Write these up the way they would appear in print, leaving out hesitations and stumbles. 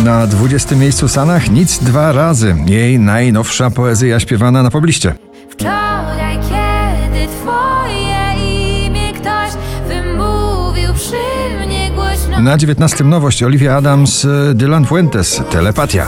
Na 20. miejscu Sanach Nic dwa razy. Jej najnowsza poezja śpiewana na pobliście. Wczoraj, kiedy twoje imię ktoś wymówił przy mnie głośno. Na 19. nowość Olivia Adams, Dylan Fuentes, Telepatia.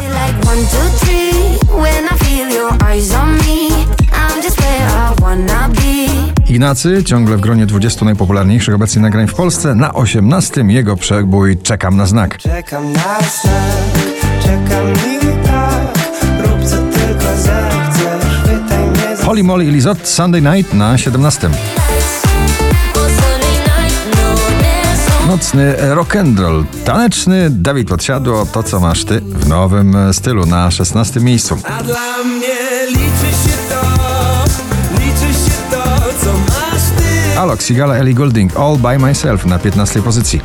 Ignacy, ciągle w gronie 20 najpopularniejszych obecnie nagrań w Polsce. Na 18. jego przebój Czekam na znak. Czekam na znak, czekam i tak, rób co tylko zechcesz, pytaj mnie za... Holly Molly i Lizot, Sunday Night na 17. Nocny rock'n'roll, taneczny Dawid Podsiadło, To co masz ty, w nowym stylu na 16. miejscu. A dla mnie liczy się to, co masz ty. Alok, Sigala, Ellie Goulding, All by Myself na 15. pozycji.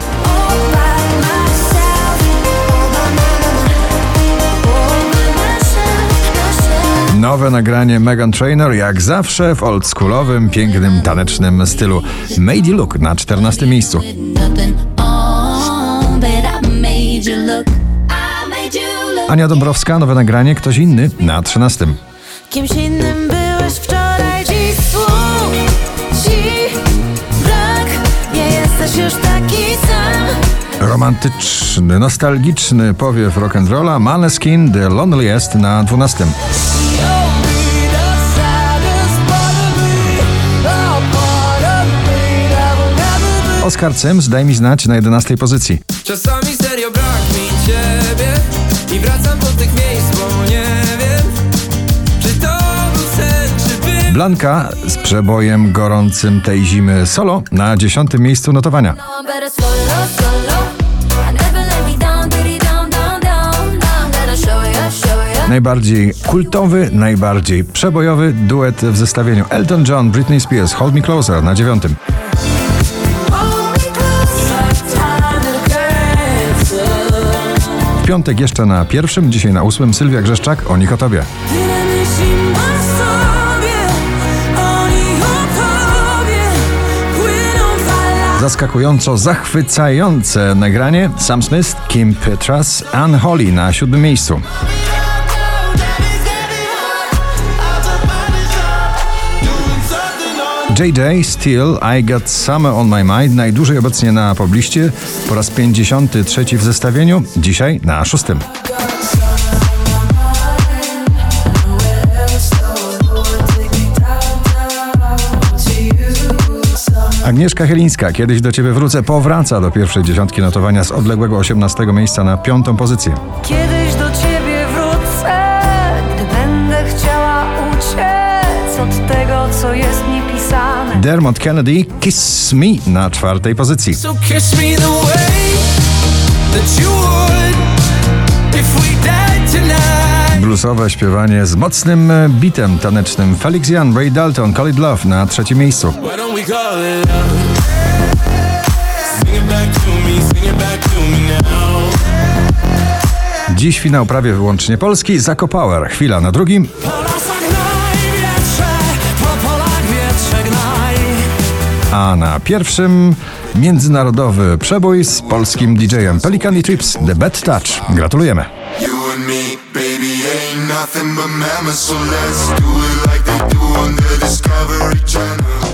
Nowe nagranie Meghan Trainor, jak zawsze w oldschoolowym, pięknym, tanecznym stylu. Made You Look na 14. miejscu. Ania Dąbrowska, nowe nagranie Ktoś inny na 13. Kimś innym byłeś wczoraj, dziś słów ci brak, nie jesteś już taki sam. Romantyczny, nostalgiczny powiew rock'n'rolla Måneskin, The Loneliest na 12. Oskar Sims, Daj mi znać na 11. pozycji. Czasami serio brak mi ciebie i wracam do tych miejsc, bo nie wiem, czy to był sen, czy był... Blanka z przebojem gorącym tej zimy Solo na 10. miejscu notowania. Najbardziej kultowy, najbardziej przebojowy duet w zestawieniu Elton John, Britney Spears, Hold Me Closer na 9. W piątek jeszcze na 1, dzisiaj na 8 Sylwia Grzeszczak, O nich o tobie. Zaskakująco zachwycające nagranie Sam Smith, Kim Petras, Unholy na 7. miejscu. JJ, Still, I Got Summer on My Mind, najdłużej obecnie na pobliście, po raz 53 w zestawieniu, dzisiaj na 6. Agnieszka Chylińska, Kiedyś do ciebie wrócę, powraca do pierwszej dziesiątki notowania z odległego 18. miejsca na 5. pozycję. Kiedyś do ciebie wrócę, gdy będę chciała uciec od tego, co jest mi pisane. Dermot Kennedy, Kiss Me na 4. pozycji. So kiss me the way that you would if we died tonight. Bluesowe śpiewanie z mocnym bitem tanecznym Felix Jan, Ray Dalton, Call It Love na 3. miejscu. Why don't we call it love? Sing it back to me, sing it back to me now. Dziś finał prawie wyłącznie polski, Zako Power, chwila na 2. Po lasach gnaj, wietrze, po polach wietrze gnaj. A na 1 międzynarodowy przebój z polskim DJ-em Pelican i Trips, The Bad Touch. Gratulujemy. You and me, baby, ain't nothing but mammals, so let's do it like they do on the Discovery Channel.